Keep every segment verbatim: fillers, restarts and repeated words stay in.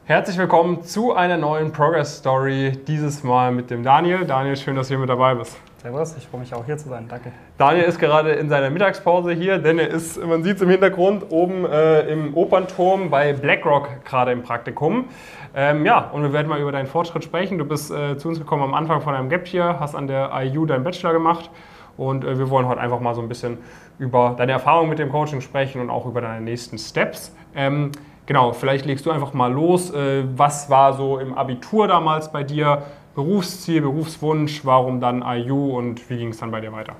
Herzlich willkommen zu einer neuen Progress Story, dieses Mal mit dem Daniel. Daniel, schön, dass du hier mit dabei bist. Servus, ich freue mich auch hier zu sein, danke. Daniel ist gerade in seiner Mittagspause hier, denn er ist, man sieht es im Hintergrund, oben äh, im Opernturm bei BlackRock gerade im Praktikum. Ähm, ja, und wir werden mal über deinen Fortschritt sprechen. Du bist äh, zu uns gekommen am Anfang von einem Gap Year, hast an der I U deinen Bachelor gemacht und äh, wir wollen heute einfach mal so ein bisschen über deine Erfahrungen mit dem Coaching sprechen und auch über deine nächsten Steps. Ähm, Genau, vielleicht legst du einfach mal los. Was war so im Abitur damals bei dir? Berufsziel, Berufswunsch, warum dann I U und wie ging es dann bei dir weiter?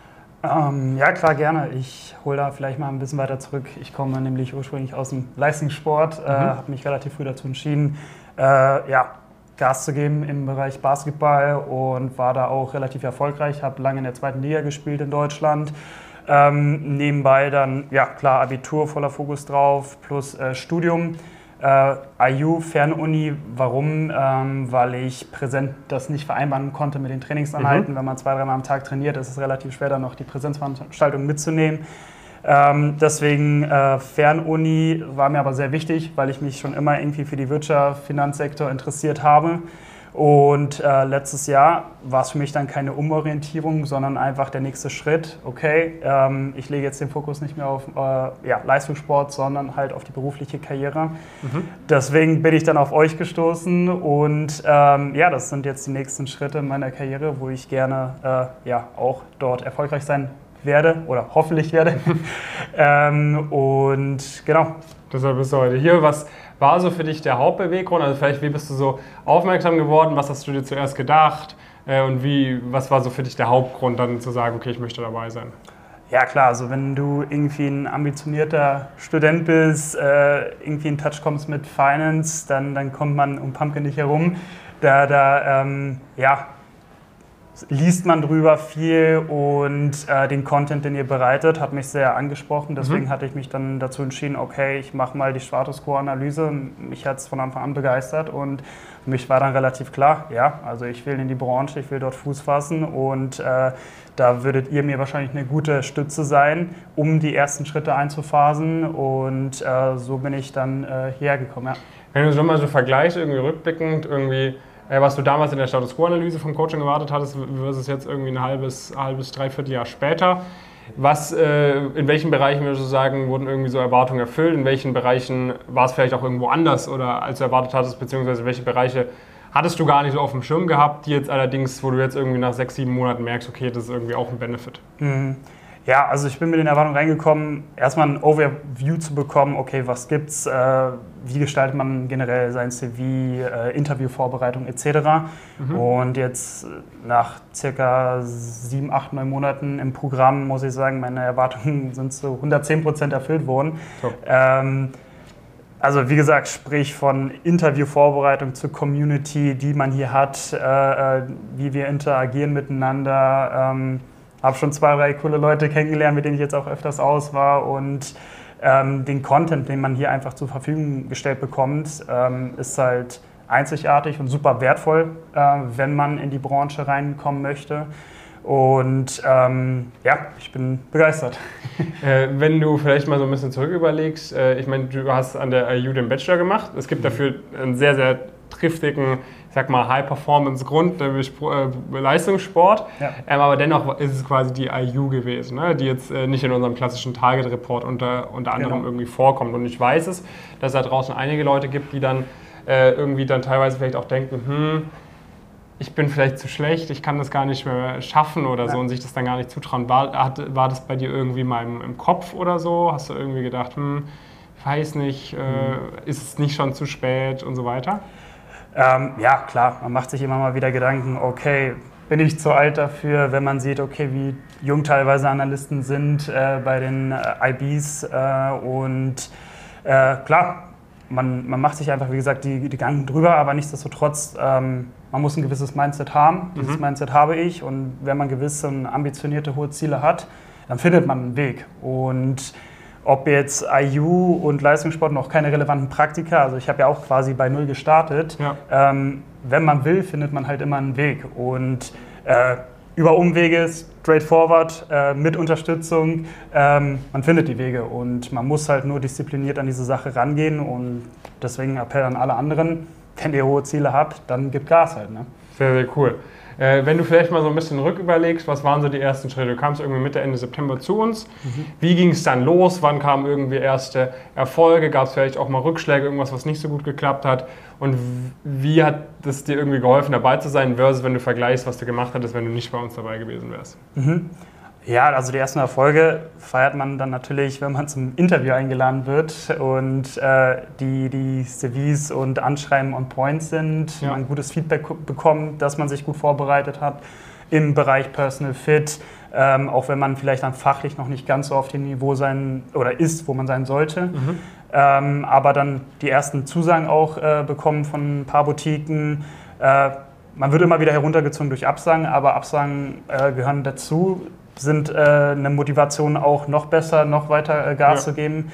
Ähm, ja, klar, gerne. Ich hole da vielleicht mal ein bisschen weiter zurück. Ich komme nämlich ursprünglich aus dem Leistungssport, mhm. äh, habe mich relativ früh dazu entschieden, äh, ja, Gas zu geben im Bereich Basketball und war da auch relativ erfolgreich. Habe lange in der zweiten Liga gespielt in Deutschland. Ähm, nebenbei dann, ja klar, Abitur, voller Fokus drauf, plus äh, Studium. Äh, I U, Fernuni, warum? Ähm, weil ich präsent das nicht vereinbaren konnte mit den Trainingseinheiten. Mhm. Wenn man zwei, dreimal am Tag trainiert, ist es relativ schwer, dann noch die Präsenzveranstaltung mitzunehmen. Ähm, deswegen äh, Fernuni war mir aber sehr wichtig, weil ich mich schon immer irgendwie für die Wirtschaft, Finanzsektor interessiert habe. Und äh, letztes Jahr war es für mich dann keine Umorientierung, sondern einfach der nächste Schritt. Okay, ähm, ich lege jetzt den Fokus nicht mehr auf äh, ja, Leistungssport, sondern halt auf die berufliche Karriere. Mhm. Deswegen bin ich dann auf euch gestoßen und ähm, ja, das sind jetzt die nächsten Schritte in meiner Karriere, wo ich gerne äh, ja, auch dort erfolgreich sein werde oder hoffentlich werde. ähm, und genau. Deshalb bist du heute hier. Was war so für dich der Hauptbeweggrund? Also vielleicht, wie bist du so aufmerksam geworden? Was hast du dir zuerst gedacht? Und wie, was war so für dich der Hauptgrund, dann zu sagen, okay, ich möchte dabei sein? Ja klar, also wenn du irgendwie ein ambitionierter Student bist, äh, irgendwie in Touch kommst mit Finance, dann, dann kommt man um Pumpkin nicht herum. Da, da ähm, ja, liest man drüber viel und äh, den Content, den ihr bereitet, hat mich sehr angesprochen. Deswegen mhm. hatte ich mich dann dazu entschieden, okay, ich mache mal die Status Quo-Analyse. Mich hat es von Anfang an begeistert und für mich war dann relativ klar, ja, also ich will in die Branche, ich will dort Fuß fassen und äh, da würdet ihr mir wahrscheinlich eine gute Stütze sein, um die ersten Schritte einzuphasen und äh, so bin ich dann äh, hierher gekommen. Ja. Wenn du so mal so vergleichst, irgendwie rückblickend, irgendwie was du damals in der Status Quo-Analyse vom Coaching erwartet hattest, versus jetzt irgendwie ein halbes, halbes dreiviertel Jahr später. Was, äh, in welchen Bereichen würdest du sagen, wurden irgendwie so Erwartungen erfüllt? In welchen Bereichen war es vielleicht auch irgendwo anders oder als du erwartet hattest, beziehungsweise welche Bereiche hattest du gar nicht so auf dem Schirm gehabt, die jetzt allerdings, wo du jetzt irgendwie nach sechs, sieben Monaten merkst, okay, das ist irgendwie auch ein Benefit? Mhm. Ja, also ich bin mit den Erwartungen reingekommen, erstmal ein Overview zu bekommen, okay, was gibt's, äh, wie gestaltet man generell sein C V, äh, Interviewvorbereitung et cetera. Mhm. Und jetzt nach circa sieben, acht, neun Monaten im Programm muss ich sagen, meine Erwartungen sind zu hundertzehn Prozent erfüllt worden. Ähm, also wie gesagt, sprich von Interviewvorbereitung zur Community, die man hier hat, äh, wie wir interagieren miteinander. Ähm, Habe schon zwei, drei coole Leute kennengelernt, mit denen ich jetzt auch öfters aus war und ähm, den Content, den man hier einfach zur Verfügung gestellt bekommt, ähm, ist halt einzigartig und super wertvoll, äh, wenn man in die Branche reinkommen möchte. Und ähm, ja, ich bin begeistert. Äh, wenn du vielleicht mal so ein bisschen zurück überlegst, äh, ich meine, du hast an der I U den Bachelor gemacht. Es gibt dafür einen sehr, sehr triftigen, ich sag mal, High-Performance-Grund, nämlich äh, Leistungssport. Ja. Ähm, aber dennoch ist es quasi die I U gewesen, ne? Die jetzt äh, nicht in unserem klassischen Target-Report unter, unter anderem genau. irgendwie vorkommt. Und ich weiß es, dass es da draußen einige Leute gibt, die dann äh, irgendwie dann teilweise vielleicht auch denken, hm, ich bin vielleicht zu schlecht, ich kann das gar nicht mehr schaffen oder so ja. und sich das dann gar nicht zutrauen. War, hat, war das bei dir irgendwie mal im, im Kopf oder so? Hast du irgendwie gedacht, hm, ich weiß nicht, äh, mhm. ist es nicht schon zu spät und so weiter? Ähm, ja, klar, man macht sich immer mal wieder Gedanken, okay, bin ich zu alt dafür, wenn man sieht, okay, wie jung teilweise Analysten sind äh, bei den äh, I Bs äh, und äh, klar, man, man macht sich einfach, wie gesagt, die, die Gedanken drüber, aber nichtsdestotrotz, ähm, man muss ein gewisses Mindset haben, dieses mhm. Mindset habe ich und wenn man gewisse ambitionierte, hohe Ziele hat, dann findet man einen Weg und ob jetzt I U und Leistungssport noch keine relevanten Praktika, also ich habe ja auch quasi bei Null gestartet, ja. ähm, wenn man will, findet man halt immer einen Weg. Und äh, über Umwege, straightforward, äh, mit Unterstützung. Ähm, man findet die Wege und man muss halt nur diszipliniert an diese Sache rangehen und deswegen Appell an alle anderen, wenn ihr hohe Ziele habt, dann gebt Gas halt. Ne? Sehr, sehr cool. Äh, wenn du vielleicht mal so ein bisschen rücküberlegst, was waren so die ersten Schritte? Du kamst irgendwie Mitte, Ende September zu uns. Mhm. Wie ging es dann los? Wann kamen irgendwie erste Erfolge? Gab es vielleicht auch mal Rückschläge, irgendwas, was nicht so gut geklappt hat? Und wie hat es dir irgendwie geholfen, dabei zu sein, versus wenn du vergleichst, was du gemacht hättest, wenn du nicht bei uns dabei gewesen wärst? Mhm. Ja, also die ersten Erfolge feiert man dann natürlich, wenn man zum Interview eingeladen wird und äh, die, die C Vs und Anschreiben on point sind, ja. man gutes Feedback bekommt, dass man sich gut vorbereitet hat im Bereich Personal Fit, ähm, auch wenn man vielleicht dann fachlich noch nicht ganz so auf dem Niveau sein oder ist, wo man sein sollte. Mhm. Ähm, aber dann die ersten Zusagen auch äh, bekommen von ein paar Boutiquen. Äh, man wird immer wieder heruntergezogen durch Absagen, aber Absagen äh, gehören dazu. Sind äh, eine Motivation auch noch besser, noch weiter äh, Gas ja. zu geben.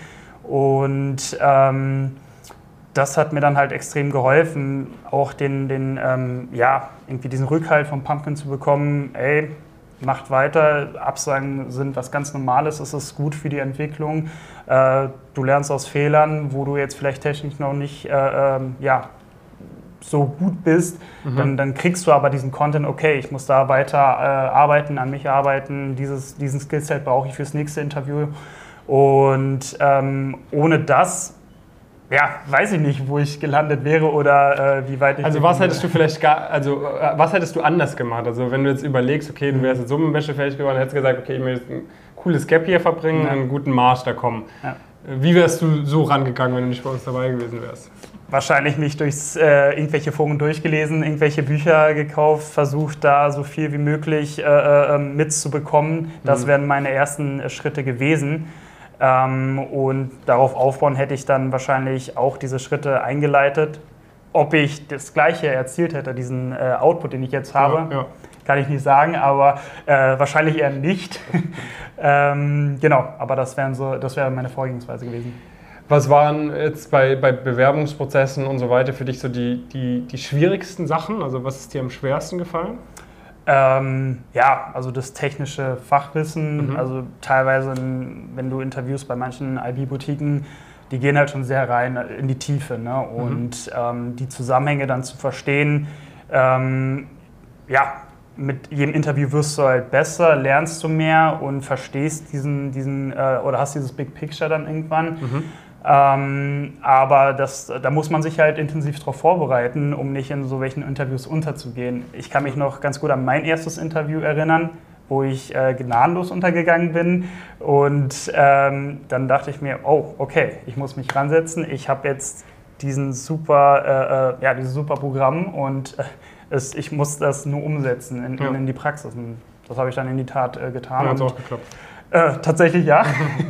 Und ähm, das hat mir dann halt extrem geholfen, auch den, den ähm, ja, irgendwie diesen Rückhalt von Pumpkin zu bekommen. Ey, macht weiter, Absagen sind was ganz Normales, es ist gut für die Entwicklung. Äh, du lernst aus Fehlern, wo du jetzt vielleicht technisch noch nicht äh, äh, ja, so gut bist, mhm. dann, dann kriegst du aber diesen Content, okay, ich muss da weiter äh, arbeiten, an mich arbeiten, dieses, diesen Skillset brauche ich fürs nächste Interview. Und ähm, ohne das, ja, weiß ich nicht, wo ich gelandet wäre oder äh, wie weit ich... Also was hättest du vielleicht gar, also äh, was hättest du anders gemacht? Also wenn du jetzt überlegst, okay, du wärst jetzt Summenwäsche fertig geworden, hättest du gesagt, okay, ich möchte ein cooles Gap hier verbringen, ja. einen guten Master kommen. Ja. Wie wärst du so rangegangen, wenn du nicht bei uns dabei gewesen wärst? Wahrscheinlich mich durch äh, irgendwelche Foren durchgelesen, irgendwelche Bücher gekauft, versucht da so viel wie möglich äh, äh, mitzubekommen. Das mhm. wären meine ersten äh, Schritte gewesen. Ähm, und darauf aufbauen hätte ich dann wahrscheinlich auch diese Schritte eingeleitet. Ob ich das Gleiche erzielt hätte, diesen äh, Output, den ich jetzt habe, ja, ja. kann ich nicht sagen, aber äh, wahrscheinlich eher nicht. ähm, genau, aber das wären so, das wäre meine Vorgehensweise gewesen. Was waren jetzt bei, bei Bewerbungsprozessen und so weiter für dich so die, die, die schwierigsten Sachen? Also was ist dir am schwersten gefallen? Ähm, ja, also das technische Fachwissen. Mhm. Also teilweise, wenn du interviewst bei manchen I B-Boutiquen, die gehen halt schon sehr rein in die Tiefe. Ne? Und mhm. ähm, die Zusammenhänge dann zu verstehen, ähm, ja, mit jedem Interview wirst du halt besser, lernst du mehr und verstehst diesen, diesen äh, oder hast dieses Big Picture dann irgendwann. Mhm. Ähm, aber das, da muss man sich halt intensiv darauf vorbereiten, um nicht in so welchen Interviews unterzugehen. Ich kann mich noch ganz gut an mein erstes Interview erinnern, wo ich äh, gnadenlos untergegangen bin. Und ähm, dann dachte ich mir, oh, okay, ich muss mich ransetzen. Ich habe jetzt diesen super, äh, ja, dieses super Programm und äh, es, ich muss das nur umsetzen in, ja. in die Praxis. Und das habe ich dann in die Tat äh, getan. Ja, hat auch geklappt. Äh, tatsächlich ja.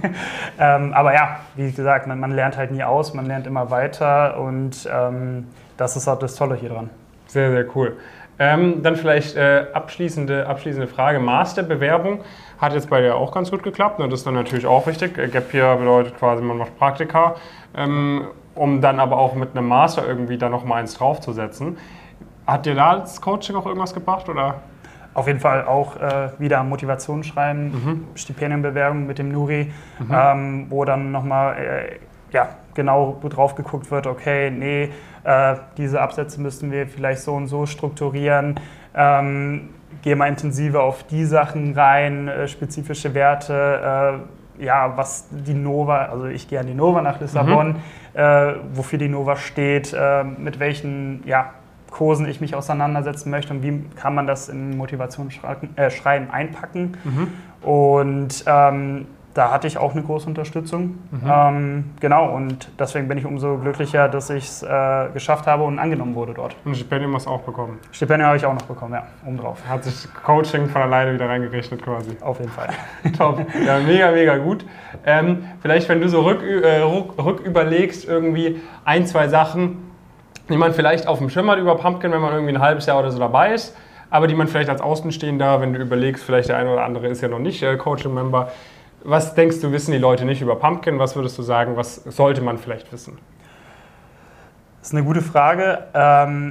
ähm, aber ja, wie gesagt, man, man lernt halt nie aus, man lernt immer weiter und ähm, das ist auch das Tolle hier dran. Sehr, sehr cool. Ähm, dann vielleicht äh, abschließende, abschließende Frage. Masterbewerbung hat jetzt bei dir auch ganz gut geklappt. Ne? Das ist dann natürlich auch wichtig. Gap Year bedeutet quasi, man macht Praktika, ähm, um dann aber auch mit einem Master irgendwie da noch mal eins draufzusetzen. Hat dir da das Coaching auch irgendwas gebracht, oder? Auf jeden Fall auch äh, wieder Motivationsschreiben, mhm. Stipendienbewerbung mit dem Nuri, mhm. ähm, wo dann nochmal äh, ja, genau drauf geguckt wird, okay, nee, äh, diese Absätze müssten wir vielleicht so und so strukturieren, ähm, geh mal intensiver auf die Sachen rein, äh, spezifische Werte, äh, ja, was die Nova, also ich gehe an die Nova nach Lissabon, mhm. äh, wofür die Nova steht, äh, mit welchen, ja, Kursen ich mich auseinandersetzen möchte und wie kann man das in Motivationsschreiben äh, einpacken. Mhm. Und ähm, da hatte ich auch eine große Unterstützung. Mhm. Ähm, genau, und deswegen bin ich umso glücklicher, dass ich es äh, geschafft habe und angenommen wurde dort. Und Stipendium hast du auch bekommen? Stipendium habe ich auch noch bekommen, ja, obendrauf. Hat sich Coaching von alleine wieder reingerechnet quasi? Auf jeden Fall. Top, ja, mega, mega gut. Ähm, vielleicht, wenn du so rück, äh, rück, rück überlegst, irgendwie ein, zwei Sachen, die man vielleicht auf dem Schirm hat über Pumpkin, wenn man irgendwie ein halbes Jahr oder so dabei ist, aber die man vielleicht als Außenstehender, wenn du überlegst, vielleicht der eine oder andere ist ja noch nicht äh, Coaching-Member. Was denkst du, wissen die Leute nicht über Pumpkin? Was würdest du sagen, was sollte man vielleicht wissen? Das ist eine gute Frage. Ähm,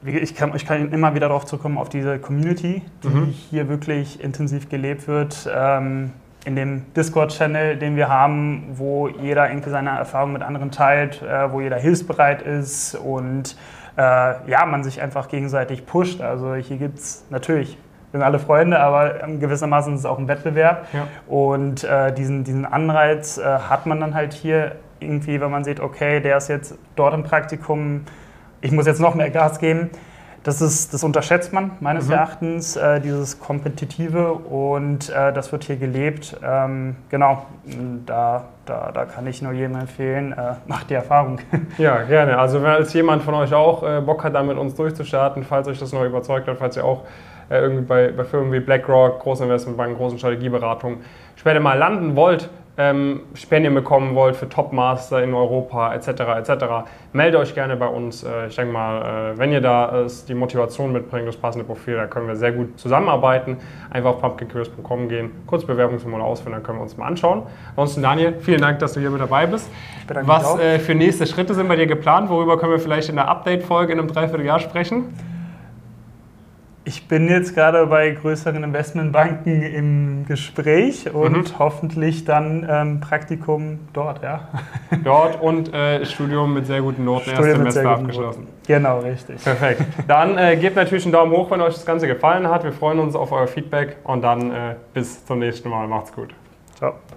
Ich kann, ich kann immer wieder darauf zurückkommen, auf diese Community, die Mhm. hier wirklich intensiv gelebt wird. Ähm, in dem Discord-Channel, den wir haben, wo jeder irgendwie seine Erfahrungen mit anderen teilt, äh, wo jeder hilfsbereit ist und äh, ja, man sich einfach gegenseitig pusht. Also hier gibt es natürlich, wir sind alle Freunde, aber gewissermaßen ist es auch ein Wettbewerb. Ja. Und äh, diesen, diesen Anreiz äh, hat man dann halt hier irgendwie, wenn man sieht, okay, der ist jetzt dort im Praktikum, ich muss jetzt noch mehr Gas geben. Das, ist, das unterschätzt man meines Mhm. Erachtens, äh, dieses Kompetitive, und äh, das wird hier gelebt. Ähm, genau, da, da, da kann ich nur jedem empfehlen, äh, macht die Erfahrung. Ja, gerne. Also wenn als jemand von euch auch äh, Bock hat, da mit uns durchzustarten, falls euch das noch überzeugt hat, falls ihr auch äh, irgendwie bei, bei Firmen wie BlackRock, großen Investmentbanken, großen Strategieberatungen später mal landen wollt, ähm, Spendien bekommen wollt für Topmaster in Europa et cetera et cetera, meldet euch gerne bei uns. Äh, ich denke mal, äh, wenn ihr da äh, die Motivation mitbringt, das passende Profil, da können wir sehr gut zusammenarbeiten. Einfach auf pumpkin careers punkt com gehen, kurz Bewerbungsformular ausfüllen, dann können wir uns mal anschauen. Ansonsten, Daniel, vielen Dank, dass du hier mit dabei bist. Ich bedanke mich Was auch. äh, für nächste Schritte sind bei dir geplant? Worüber können wir vielleicht in der Update-Folge in einem Dreivierteljahr sprechen? Ich bin jetzt gerade bei größeren Investmentbanken im Gespräch und Mhm. hoffentlich dann ähm, Praktikum dort, ja. Dort und äh, Studium mit sehr guten Noten, erst Studium mit sehr Semester guten abgeschlossen. Noten. Genau, richtig. Perfekt. Dann äh, gebt natürlich einen Daumen hoch, wenn euch das Ganze gefallen hat. Wir freuen uns auf euer Feedback und dann äh, bis zum nächsten Mal. Macht's gut. Ciao.